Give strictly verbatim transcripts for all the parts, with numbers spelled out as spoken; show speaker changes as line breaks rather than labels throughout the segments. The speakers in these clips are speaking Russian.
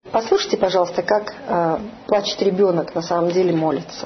Послушайте, пожалуйста, как э, плачет ребенок, на самом деле молится.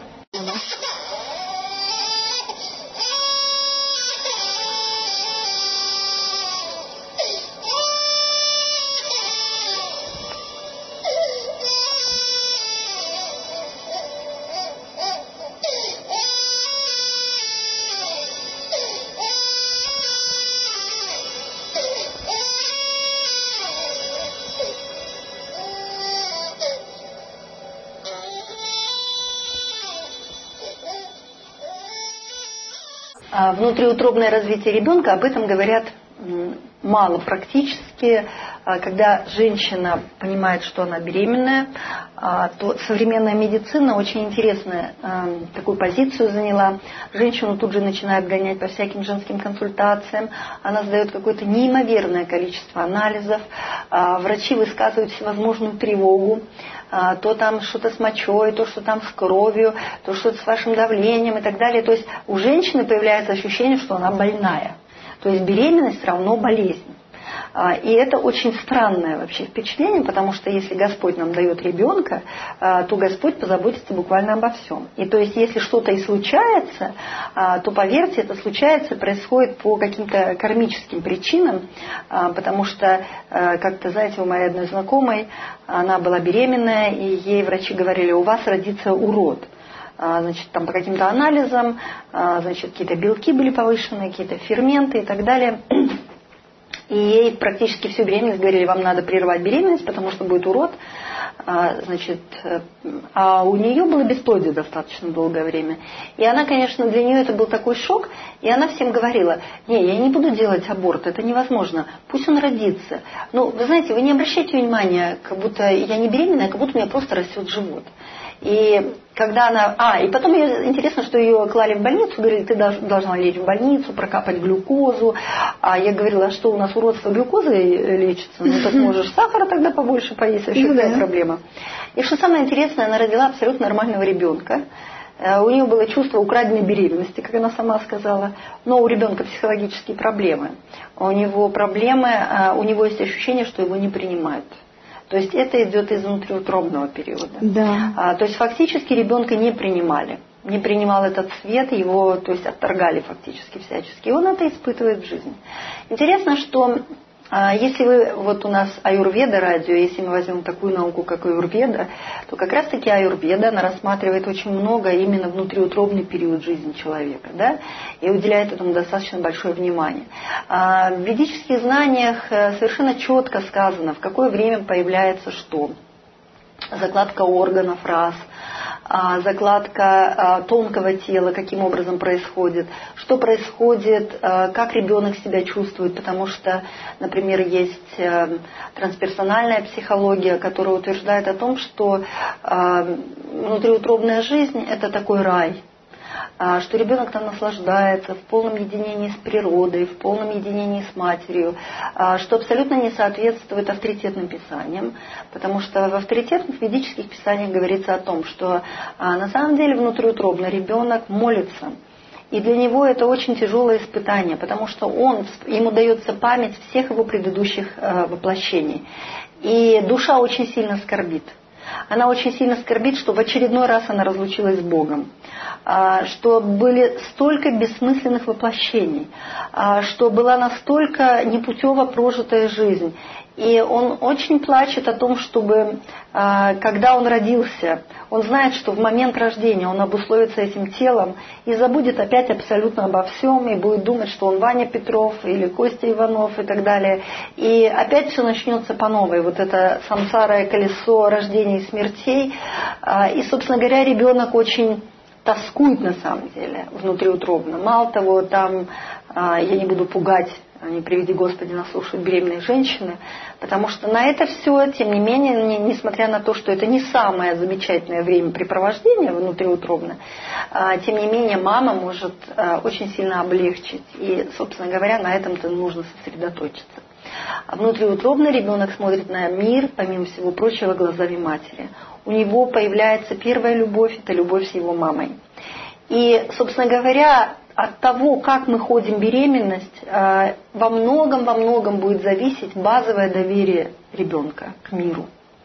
Внутриутробное развитие ребенка, об этом говорят мало практически. Когда женщина понимает, что она беременная, то современная медицина очень интересную такую позицию заняла. Женщину тут же начинают гонять по всяким женским консультациям. Она сдает какое-то неимоверное количество анализов. Врачи высказывают всевозможную тревогу. То там что-то с мочой, то, что там с кровью, то, что с вашим давлением и так далее. То есть у женщины появляется ощущение, что она больная. То есть беременность равно болезнь. И это очень странное вообще впечатление, потому что если Господь нам дает ребенка, то Господь позаботится буквально обо всем. И то есть если что-то и случается, то поверьте, это случается, происходит по каким-то кармическим причинам, потому что, как-то, знаете, у моей одной знакомой, она была беременная, и ей врачи говорили: у вас родится урод. Значит, там по каким-то анализам, значит, какие-то белки были повышены, какие-то ферменты и так далее. И ей практически всю беременность говорили: вам надо прервать беременность, потому что будет урод. Значит, а у нее было бесплодие достаточно долгое время. И она, конечно, для нее это был такой шок, и она всем говорила: не, я не буду делать аборт, это невозможно, пусть он родится. Ну, вы знаете, вы не обращайте внимания, как будто я не беременная, как будто у меня просто растет живот. И когда она... А, и потом ее, интересно, что ее клали в больницу, говорили: ты должна лечь в больницу, прокапать глюкозу. А я говорила: а что, у нас уродство глюкозой лечится? Ну, так можешь сахара тогда побольше поесть, вообще какая ну, да. проблема. И что самое интересное, она родила абсолютно нормального ребенка. У нее было чувство украденной беременности, как она сама сказала, но у ребенка психологические проблемы. У него проблемы, у него есть ощущение, что его не принимают. То есть это идет из внутриутробного периода.
Да.
А, то есть фактически ребенка не принимали. Не принимал этот свет, его, то есть отторгали фактически всячески. И он это испытывает в жизни. Интересно, что а, если вы, вот у нас аюрведа радио, если мы возьмем такую науку, как аюрведа, то как раз таки аюрведа, она рассматривает очень много именно внутриутробный период жизни человека, да, и уделяет этому достаточно большое внимание. А, в ведических знаниях совершенно четко сказано, в какое время появляется что. Закладка органов раз, закладка тонкого тела, каким образом происходит, что происходит, как ребенок себя чувствует, потому что, например, есть трансперсональная психология, которая утверждает о том, что внутриутробная жизнь – это такой рай, что ребенок там наслаждается в полном единении с природой, в полном единении с матерью, что абсолютно не соответствует авторитетным писаниям, потому что в авторитетных ведических писаниях говорится о том, что на самом деле внутриутробно ребенок молится. И для него это очень тяжелое испытание, потому что он, ему дается память всех его предыдущих воплощений. И душа очень сильно скорбит. Она очень сильно скорбит, что в очередной раз она разлучилась с Богом, что были столько бессмысленных воплощений, что была настолько непутево прожитая жизнь. И он очень плачет о том, чтобы, когда он родился, он знает, что в момент рождения он обусловится этим телом и забудет опять абсолютно обо всем, и будет думать, что он Ваня Петров или Костя Иванов и так далее. И опять все начнется по новой, вот это самсара, колесо рождений и смертей. И, собственно говоря, ребенок очень тоскует на самом деле внутриутробно. Мало того, там, я не буду пугать, не приведи Господи, нас слушают беременные женщины, потому что на это все, тем не менее, не, несмотря на то, что это не самое замечательное времяпрепровождение внутриутробно, а, тем не менее мама может а, очень сильно облегчить. И, собственно говоря, на этом-то нужно сосредоточиться. А внутриутробно ребенок смотрит на мир, помимо всего прочего, глазами матери. У него появляется первая любовь, это любовь с его мамой. И, собственно говоря, от того, как мы ходим беременность, во многом, во многом будет зависеть базовое доверие ребенка к миру.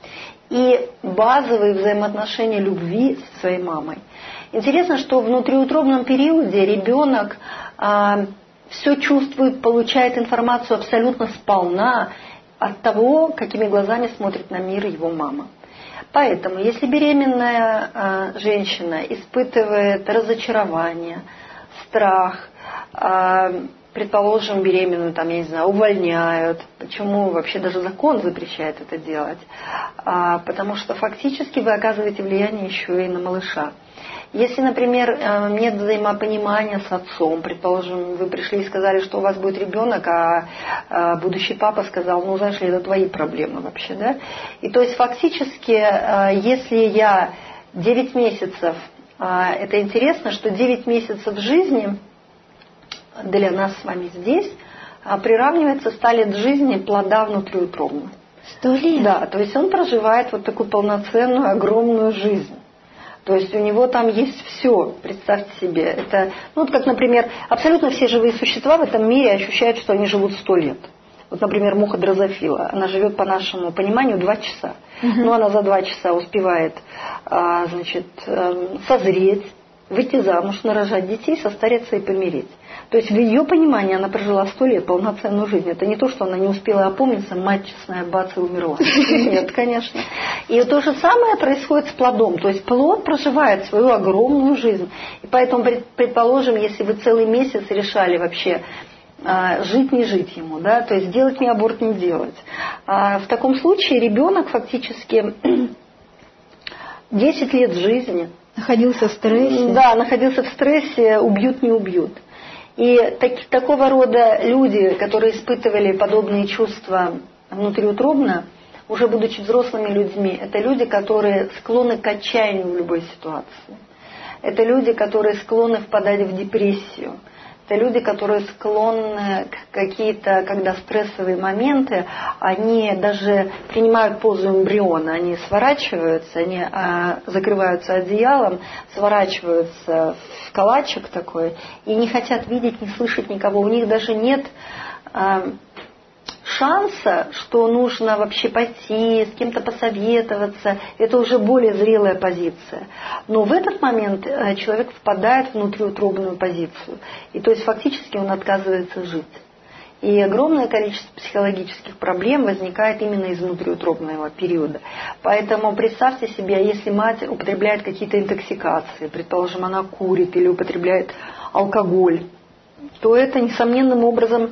и базовые взаимоотношения любви со своей мамой. Интересно, что в внутриутробном периоде ребенок а, все чувствует, получает информацию абсолютно сполна от того, какими глазами смотрит на мир его мама. Поэтому, если беременная а, женщина испытывает разочарование, страх, а, предположим, беременную, там, я не знаю, увольняют. Почему вообще даже закон запрещает это делать? А, потому что фактически вы оказываете влияние еще и на малыша. Если, например, нет взаимопонимания с отцом, предположим, вы пришли и сказали, что у вас будет ребенок, а будущий папа сказал, ну, знаешь ли, это твои проблемы вообще, да? И то есть фактически, если я девять месяцев, это интересно, что девять месяцев жизни для нас с вами здесь приравнивается ста лет жизни плода внутриутробно.
Сто лет?
Да, то есть он проживает вот такую полноценную, огромную жизнь. То есть у него там есть все, представьте себе. Это, ну, вот как, например, абсолютно все живые существа в этом мире ощущают, что они живут сто лет. Вот, например, муха дрозофила, она живет, по нашему пониманию, два часа. Uh-huh. Но она за два часа успевает, а, значит, созреть, выйти замуж, нарожать детей, состареться и помереть. То есть в ее понимании она прожила сто лет полноценную жизнь. Это не то, что она не успела опомниться, мать честная, бац, и умерла. Нет, конечно. И то же самое происходит с плодом. То есть плод проживает свою огромную жизнь. И поэтому, предположим, если вы целый месяц решали вообще жить, не жить ему, да, то есть делать мне аборт, не делать. В таком случае ребенок фактически десять лет жизни
находился в стрессе.
Да, находился в стрессе, убьют, не убьют. И так, такого рода люди, которые испытывали подобные чувства внутриутробно, уже будучи взрослыми людьми, это люди, которые склонны к отчаянию в любой ситуации. Это люди, которые склонны впадать в депрессию. Это люди, которые склонны к какие-то, когда стрессовые моменты, они даже принимают позу эмбриона, они сворачиваются, они а, закрываются одеялом, сворачиваются в калачик такой и не хотят видеть, не слышать никого. У них даже нет а, шанса, что нужно вообще пойти, с кем-то посоветоваться. Это уже более зрелая позиция. Но в этот момент человек впадает в внутриутробную позицию. И то есть фактически он отказывается жить. И огромное количество психологических проблем возникает именно из внутриутробного периода. Поэтому представьте себе, если мать употребляет какие-то интоксикации, предположим, она курит или употребляет алкоголь, то это несомненным образом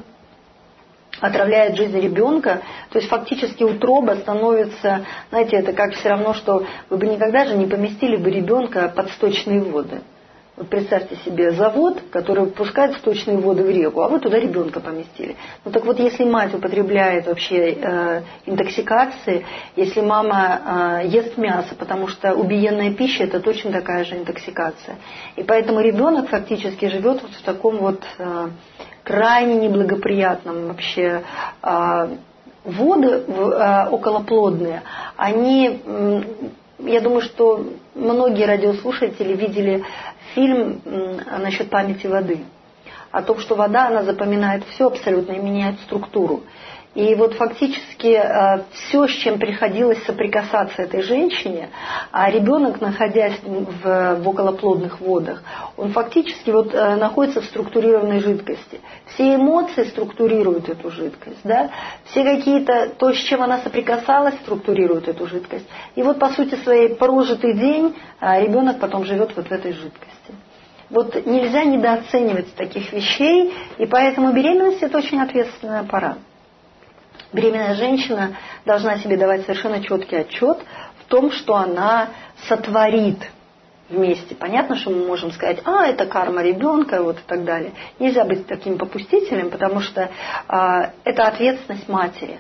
отравляет жизнь ребенка, то есть фактически утроба становится, знаете, это как все равно, что вы бы никогда же не поместили бы ребенка под сточные воды. Вот представьте себе завод, который выпускает сточные воды в реку, а вы туда ребенка поместили. Ну так вот, если мать употребляет вообще э, интоксикации, если мама э, ест мясо, потому что убиенная пища это точно такая же интоксикация. И поэтому ребенок фактически живет вот в таком вот э, крайне неблагоприятном вообще э, воды э, околоплодные, они, э, я думаю, что многие радиослушатели видели фильм насчет памяти воды, о том, что вода, она запоминает все абсолютно и меняет структуру. И вот фактически все, с чем приходилось соприкасаться этой женщине, а ребенок, находясь в, в околоплодных водах, он фактически вот находится в структурированной жидкости. Все эмоции структурируют эту жидкость, да? Все какие-то, то, с чем она соприкасалась, структурируют эту жидкость. И вот по сути своей прожитый день ребенок потом живет вот в этой жидкости. Вот нельзя недооценивать таких вещей, и поэтому беременность – это очень ответственная пора. Беременная женщина должна себе давать совершенно четкий отчет в том, что она сотворит вместе. Понятно, что мы можем сказать, а, это карма ребенка, вот и так далее. Нельзя быть таким попустителем, потому что а, это ответственность матери.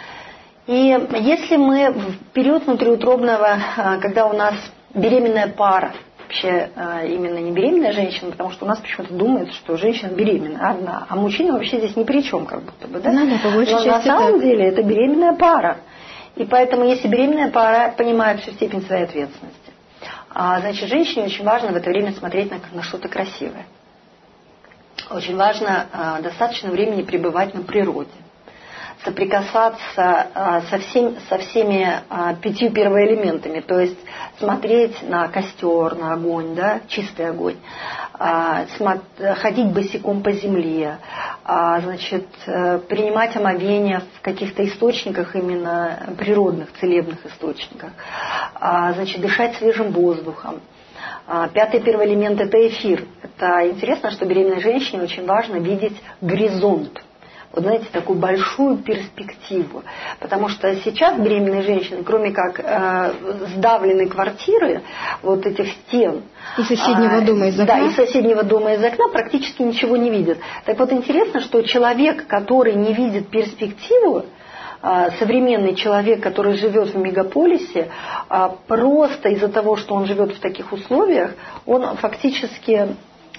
И если мы в период внутриутробного, а, когда у нас беременная пара, вообще именно не беременная женщина, потому что у нас почему-то думают, что женщина беременна одна, а мужчина вообще здесь ни при чем, как будто бы, да?
Да, да, по большей
Но
части
на самом
так.
деле это беременная пара. И поэтому, если беременная пара понимает всю степень своей ответственности, а, значит, женщине очень важно в это время смотреть на, на что-то красивое. Очень важно а, достаточно времени пребывать на природе. соприкасаться со, всем, со всеми пятью первоэлементами, то есть смотреть на костер, на огонь, да, чистый огонь, ходить босиком по земле, значит, принимать омовения в каких-то источниках, именно природных, целебных источниках, значит, дышать свежим воздухом. Пятый первоэлемент – это эфир. Это интересно, что беременной женщине очень важно видеть горизонт. Вот знаете, такую большую перспективу. Потому что сейчас беременные женщины, кроме как э, сдавленной квартиры, вот этих стен.
И соседнего дома из окна.
Да, и соседнего дома из окна практически ничего не видят. Так вот интересно, что человек, который не видит перспективу, современный человек, который живет в мегаполисе, просто из-за того, что он живет в таких условиях, он фактически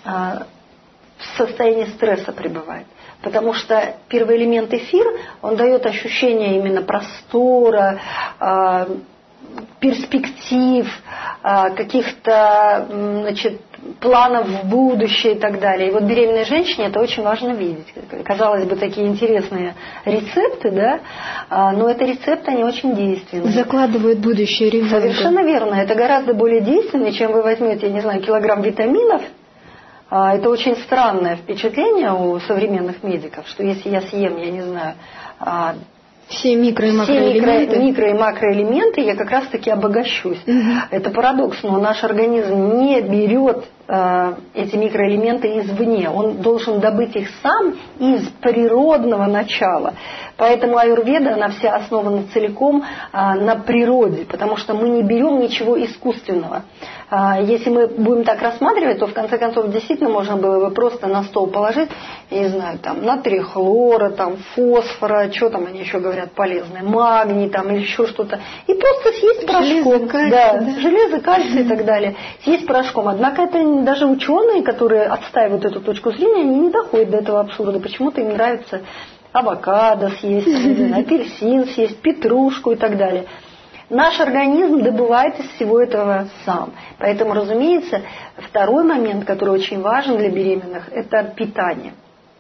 в состоянии стресса пребывает. Потому что первый элемент эфир, он дает ощущение именно простора, перспектив, каких-то, значит, планов в будущее и так далее. И вот беременной женщине это очень важно видеть. Казалось бы, такие интересные рецепты, да, но это рецепты, они очень действенные.
Закладывают будущее ребенка.
Совершенно верно. Это гораздо более действенно, чем вы возьмете, я не знаю, килограмм витаминов. Это очень странное впечатление у современных медиков, что если я съем, я не знаю,
все микро- и макроэлементы.
Все микро, микро- и макроэлементы, я как раз-таки обогащусь. Угу. Это парадокс, но наш организм не берет э, эти микроэлементы извне. Он должен добыть их сам из природного начала. Поэтому аюрведа, она вся основана целиком э, на природе, потому что мы не берем ничего искусственного. Э, если мы будем так рассматривать, то в конце концов действительно можно было бы просто на стол положить, я не знаю, там натрий хлора, там фосфора, что там они еще говорят, полезное, магний там или еще что-то, и просто съесть порошком.
Железо, кальций,
да,
да.
железо, кальций и так далее. Съесть порошком. Однако это даже ученые, которые отстаивают эту точку зрения, они не доходят до этого абсурда. Почему-то им нравится авокадо съесть, апельсин съесть, петрушку и так далее. Наш организм добывает из всего этого сам. Поэтому, разумеется, второй момент, который очень важен для беременных, это питание.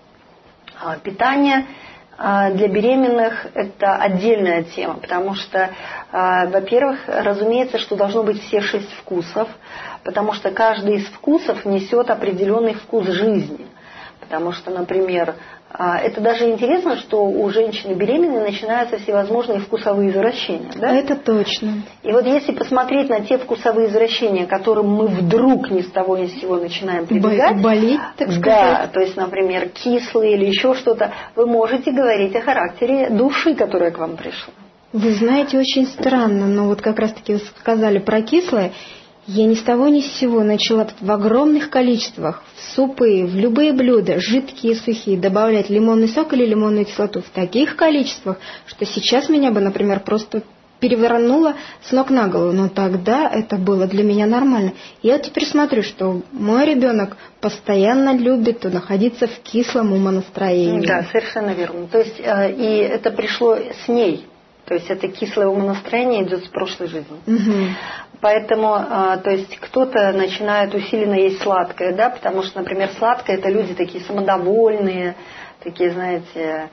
Питание для беременных – это отдельная тема, потому что, во-первых, разумеется, что должно быть все шесть вкусов, потому что каждый из вкусов несет определенный вкус жизни. Потому что, например, это даже интересно, что у женщины беременной начинаются всевозможные вкусовые извращения. Да?
Это точно.
И вот если посмотреть на те вкусовые извращения, к которым мы вдруг ни с того ни с сего начинаем прибегать,
болеть, так сказать.
Да, то есть, например, кислые или еще что-то, вы можете говорить о характере души, которая к вам пришла.
Вы знаете, очень странно, но вот как раз-таки вы сказали про кислое. Я ни с того ни с сего начала в огромных количествах в супы, в любые блюда, жидкие и сухие, добавлять лимонный сок или лимонную кислоту в таких количествах, что сейчас меня бы, например, просто перевернуло с ног на голову. Но тогда это было для меня нормально. Я вот теперь смотрю, что мой ребенок постоянно любит находиться в кислом умонастроении.
Да, совершенно верно. То есть, и это пришло с ней. То есть это кислое умонастроение идет с прошлой жизни. Угу. Поэтому, то есть кто-то начинает усиленно есть сладкое, да, потому что, например, сладкое это люди такие самодовольные, такие, знаете,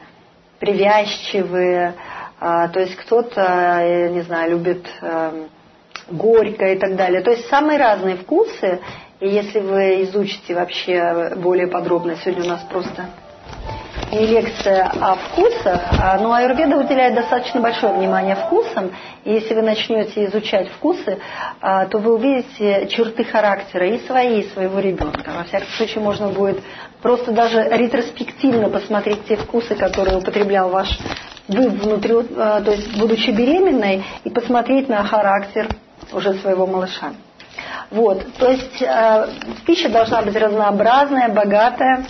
привязчивые. То есть кто-то, я не знаю, любит горькое и так далее. То есть самые разные вкусы. И если вы изучите вообще более подробно, сегодня у нас просто не лекция о вкусах, но аюрведа уделяет достаточно большое внимание вкусам, и если вы начнете изучать вкусы, то вы увидите черты характера и свои, и своего ребенка. Во всяком случае, можно будет просто даже ретроспективно посмотреть те вкусы, которые употреблял ваш вы внутри, то есть будучи беременной, и посмотреть на характер уже своего малыша. Вот, то есть пища должна быть разнообразная, богатая,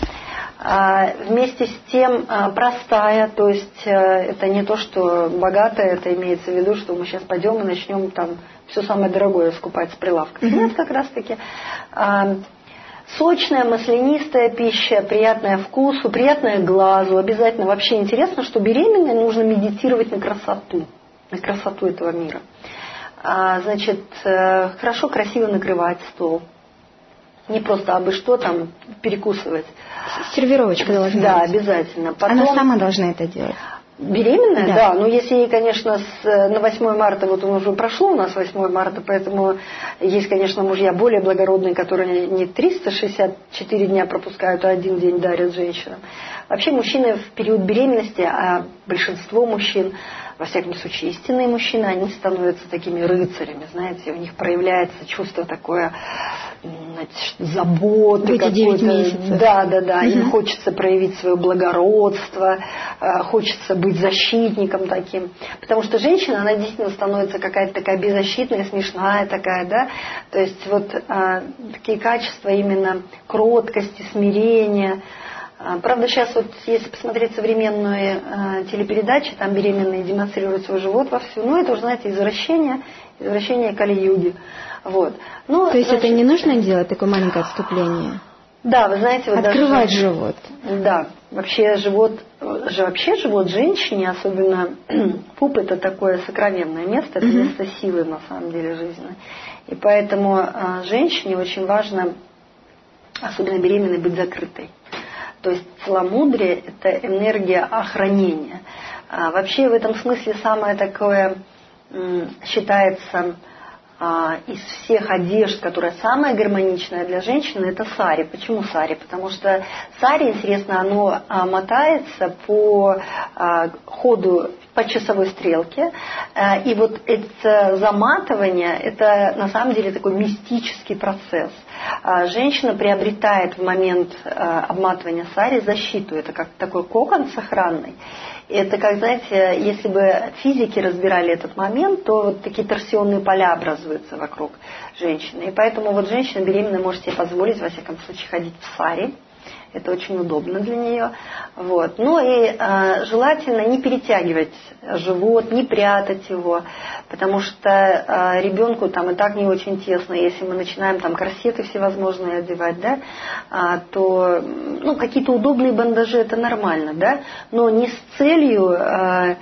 вместе с тем простая, то есть это не то, что богатая, это имеется в виду, что мы сейчас пойдем и начнем там все самое дорогое скупать с прилавков. Mm-hmm. Нет, как раз таки сочная, маслянистая пища, приятная вкусу, приятная глазу. Обязательно вообще интересно, что беременной нужно медитировать на красоту, на красоту этого мира. Значит, хорошо, красиво накрывать стол. Не просто абы что там перекусывать.
Сервировочка должна
Да,
быть.
обязательно. Потом,
она сама должна это делать.
Беременная,
да.
да, но если ей, конечно, с, на восьмое марта, вот он уже прошло у нас восьмое марта, поэтому есть, конечно, мужья более благородные, которые не триста шестьдесят четыре дня пропускают, а один день дарят женщинам. Вообще мужчины в период беременности, а большинство мужчин, во всяком случае истинные мужчины, они становятся такими рыцарями, знаете, у них проявляется чувство такое, значит, заботы.
В эти девять месяцев.
Да, да, да, им хочется проявить свое благородство, хочется быть защитником таким. Потому что женщина, она действительно становится какая-то такая беззащитная, смешная такая, да. То есть вот а, такие качества именно кроткости, смирения. А, правда, сейчас вот, если посмотреть современные а, телепередачи, там беременные демонстрируют свой живот вовсю. Ну, это уже, знаете, извращение, извращение Кали-юги. Вот. Ну,
То есть
значит,
это не нужно делать, такое маленькое отступление?
Да, вы знаете, вот
открывать
даже,
живот.
Да, вообще живот, же вообще живот женщине, особенно пуп, это такое сокровенное место, это
Mm-hmm.
место силы на самом деле жизненной. И поэтому а, женщине очень важно, особенно беременной, быть закрытой. То есть целомудрие – это энергия охранения. А, вообще в этом смысле самое такое м, считается а, из всех одежд, которая самая гармоничная для женщины, это сари. Почему сари? Потому что сари, интересно, оно а, мотается по а, ходу, по часовой стрелке. А, и вот это заматывание, это на самом деле такой мистический процесс. А, женщина приобретает в момент а, обматывания сари защиту. Это как такой кокон сохранный. Это, как, знаете, если бы физики разбирали этот момент, то вот такие торсионные поля образуются вокруг женщины. И поэтому вот женщина беременная может себе позволить, во всяком случае, ходить в сари. Это очень удобно для нее. Вот. Ну и э, желательно не перетягивать живот, не прятать его, потому что э, ребенку там и так не очень тесно. Если мы начинаем там корсеты всевозможные одевать, да, э, то ну, какие-то удобные бандажи это нормально, да, но не с целью э,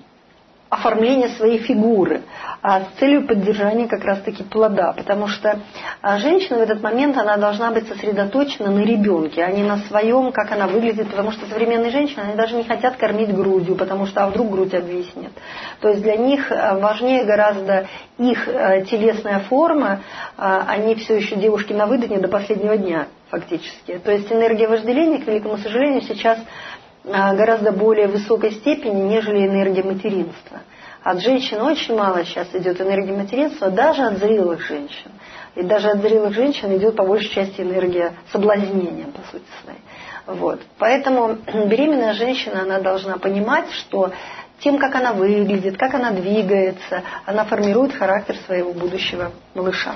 оформления своей фигуры, а с целью поддержания как раз-таки плода. Потому что женщина в этот момент, она должна быть сосредоточена на ребенке, а не на своем, как она выглядит. Потому что современные женщины, они даже не хотят кормить грудью, потому что а вдруг грудь обвиснет. То есть для них важнее гораздо их телесная форма, они все еще девушки на выдане до последнего дня фактически. То есть энергия вожделения, к великому сожалению, сейчас гораздо более высокой степени, нежели энергия материнства. От женщин очень мало сейчас идет энергия материнства, даже от зрелых женщин. И даже от зрелых женщин идет по большей части энергия соблазнения, по сути своей. Вот. Поэтому беременная женщина, она должна понимать, что тем, как она выглядит, как она двигается, она формирует характер своего будущего малыша.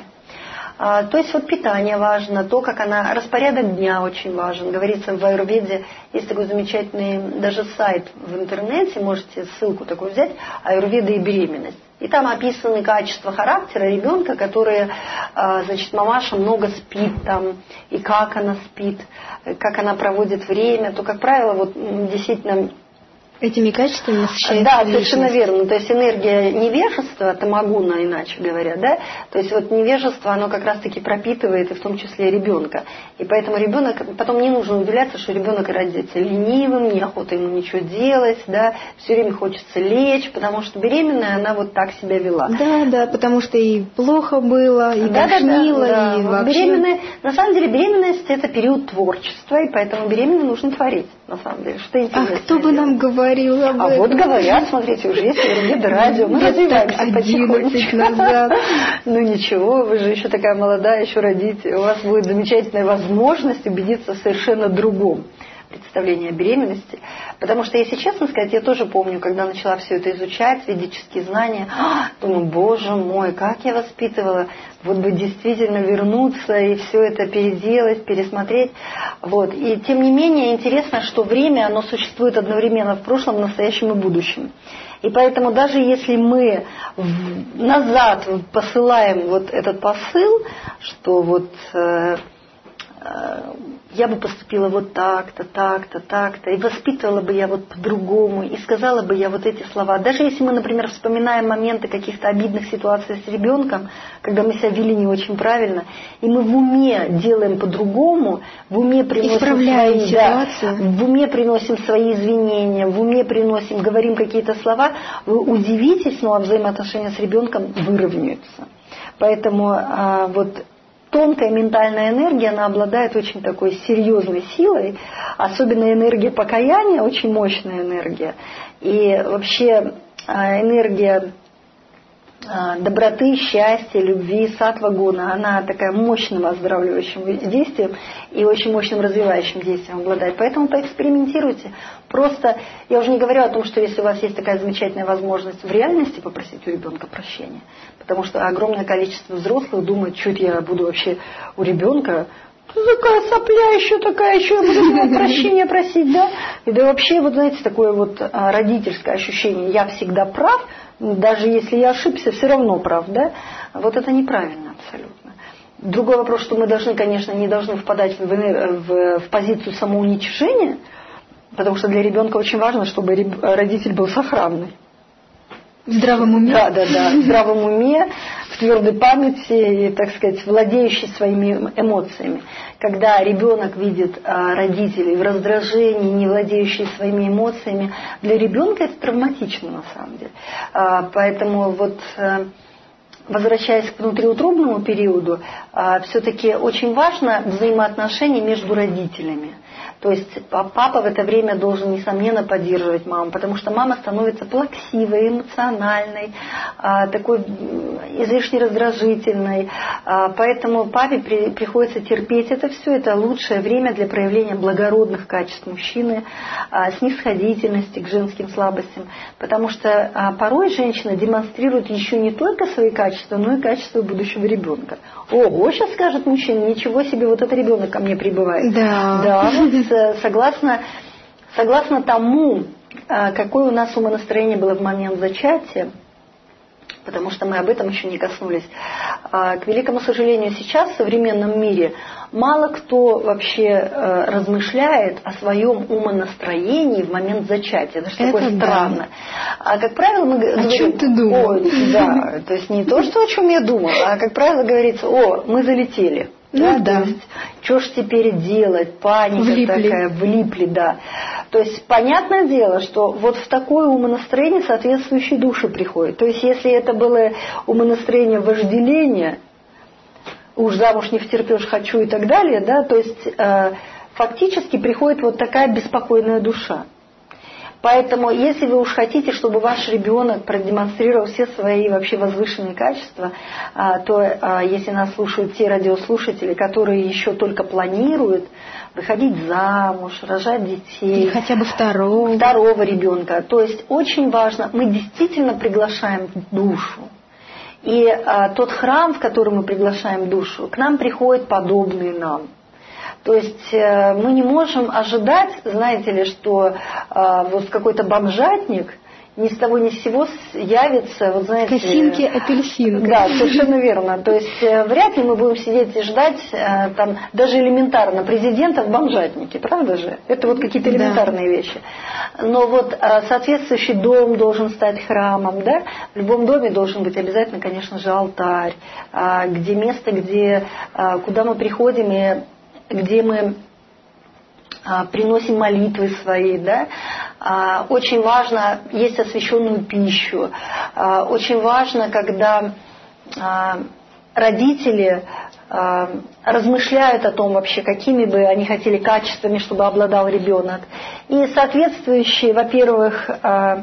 А, то есть вот питание важно, то, как она, распорядок дня очень важен. Говорится в аюрведе, есть такой замечательный даже сайт в интернете, можете ссылку такую взять, аюрведа и беременность. И там описаны качества характера ребенка, которые, а, значит, мамаша много спит там, и как она спит, как она проводит время, то, как правило, вот действительно...
Этими качествами насыщается
Да,
личность.
совершенно верно. То есть энергия невежества, тамагуна, иначе говоря, да, то есть вот невежество, оно как раз-таки пропитывает и в том числе ребенка. И поэтому ребенок, потом не нужно удивляться, что ребенок родится ленивым, неохота ему ничего делать, да, все время хочется лечь, потому что беременная, она вот так себя вела.
Да, да, потому что и плохо было, и
да,
тошнило,
да, да,
и
да.
вообще...
Беременная, на самом деле беременность это период творчества, и поэтому беременной нужно творить, на самом деле. Что интересно.
А кто бы нам говорил об
а
этом?
вот говорят, смотрите, уже есть Аюрведа радио, мы
Лет
развиваемся
так
потихонечку.
назад.
Ну ничего, вы же еще такая молодая, еще родите, у вас будет замечательная возможность убедиться в совершенно другом представлении о беременности. Потому что, если честно сказать, я тоже помню, когда начала все это изучать, ведические знания, думаю, боже мой, как я воспитывала, вот бы действительно вернуться и все это переделать, пересмотреть. Вот. И тем не менее, интересно, что время, оно существует одновременно в прошлом, в настоящем и будущем. И поэтому даже если мы назад посылаем вот этот посыл, что вот... я бы поступила вот так-то, так-то, так-то, и воспитывала бы я вот по-другому, и сказала бы я вот эти слова. Даже если мы, например, вспоминаем моменты каких-то обидных ситуаций с ребенком, когда мы себя вели не очень правильно, и мы в уме делаем по-другому, в уме приносим свои, да, в уме приносим свои извинения, в уме приносим, говорим какие-то слова, вы удивитесь, но взаимоотношения с ребенком выровняются. Поэтому а, вот тонкая ментальная энергия, она обладает очень такой серьезной силой, особенно энергия покаяния, очень мощная энергия, и вообще энергия доброты, счастья, любви, саттва гуна, она такая мощным оздоравливающим действием и очень мощным развивающим действием обладает. Поэтому поэкспериментируйте. Просто, я уже не говорю о том, что если у вас есть такая замечательная возможность в реальности попросить у ребенка прощения, потому что огромное количество взрослых думает, что я буду вообще у ребенка, такая сопля еще, такая еще, я буду прощения просить, да? И да вообще, вот знаете, такое вот родительское ощущение, я всегда прав, даже если я ошибся, все равно прав, да? Вот это неправильно абсолютно. Другой вопрос, что мы должны, конечно, не должны впадать в, в, в позицию самоуничижения, потому что для ребенка очень важно, чтобы родитель был сохранный.
В здравом уме?
Да, да, да, в здравом уме, в твердой памяти и, так сказать, владеющий своими эмоциями. Когда ребенок видит а, родителей в раздражении, не владеющие своими эмоциями, для ребенка это травматично на самом деле. А, поэтому вот... А, возвращаясь к внутриутробному периоду, а, все-таки очень важно взаимоотношения между родителями. То есть папа в это время должен, несомненно, поддерживать маму, потому что мама становится плаксивой, эмоциональной, такой излишне раздражительной. Поэтому папе приходится терпеть это все. Это лучшее время для проявления благородных качеств мужчины, снисходительности к женским слабостям. Потому что порой женщина демонстрирует еще не только свои качества, но и качества будущего ребенка. Ого, сейчас скажет мужчина, ничего себе, вот этот ребенок ко мне прибывает.
Да.
Да, согласно, согласно тому, какое у нас умонастроение было в момент зачатия, потому что мы об этом еще не коснулись, к великому сожалению, сейчас в современном мире мало кто вообще размышляет о своем умонастроении в момент зачатия. Это же такое странно. А как правило мы говорим...
О чем ты думал?
О, да, то есть не то, что о чем я думал, а как правило говорится, о, мы залетели.
Ну
да,
да.
То есть, что ж теперь делать, паника
влипли.
такая, влипли, да. То есть, понятное дело, что вот в такое умонастроение соответствующие души приходят. То есть, если это было умонастроение вожделения, уж замуж не втерпешь, хочу и так далее, да, то есть, э, фактически приходит вот такая беспокойная душа. Поэтому, если вы уж хотите, чтобы ваш ребенок продемонстрировал все свои вообще возвышенные качества, то если нас слушают те радиослушатели, которые еще только планируют выходить замуж, рожать детей.
Или хотя бы второго.
Второго ребенка. То есть очень важно, мы действительно приглашаем душу. И а, тот храм, в который мы приглашаем душу, к нам приходят подобные нам. То есть мы не можем ожидать, знаете ли, что а, вот какой-то бомжатник ни с того ни с сего явится, вот знаете...
Косинки апельсин.
Да, совершенно верно. То есть вряд ли мы будем сидеть и ждать там, даже элементарно президента в бомжатнике, правда же? Это вот какие-то элементарные да. вещи. Но вот соответствующий дом должен стать храмом, да? В любом доме должен быть обязательно, конечно же, алтарь, где место, где, куда мы приходим и где мы а, приносим молитвы свои, да, а, очень важно есть освященную пищу, а, очень важно, когда а, родители а, размышляют о том вообще, какими бы они хотели качествами, чтобы обладал ребенок, и соответствующие, во-первых, а,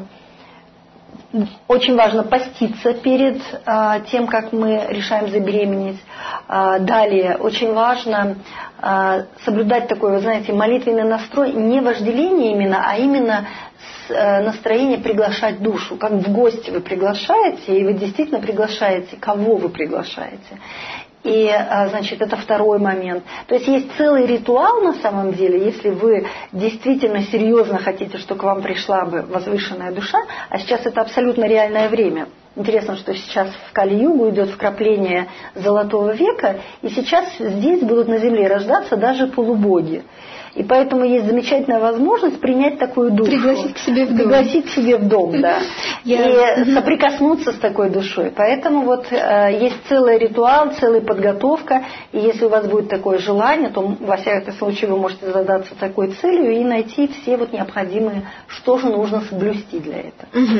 очень важно поститься перед а, тем, как мы решаем забеременеть. А, далее, очень важно а, соблюдать такой, вы знаете, молитвенный настрой, не вожделение именно, а именно с, а, настроение приглашать душу. Как в гости вы приглашаете, и вы действительно приглашаете, кого вы приглашаете. И, значит, это второй момент. То есть есть целый ритуал на самом деле, если вы действительно серьезно хотите, чтобы к вам пришла бы возвышенная душа, а сейчас это абсолютно реальное время. Интересно, что сейчас в Кали-югу идет вкрапление Золотого века, и сейчас здесь будут на Земле рождаться даже полубоги. И поэтому есть замечательная возможность принять такую душу.
Пригласить к себе в дом.
Пригласить к себе в дом, да. И соприкоснуться с такой душой. Поэтому вот э, есть целый ритуал, целая подготовка. И если у вас будет такое желание, то, во всяком случае, вы можете задаться такой целью и найти все вот необходимые, что же нужно соблюсти для этого.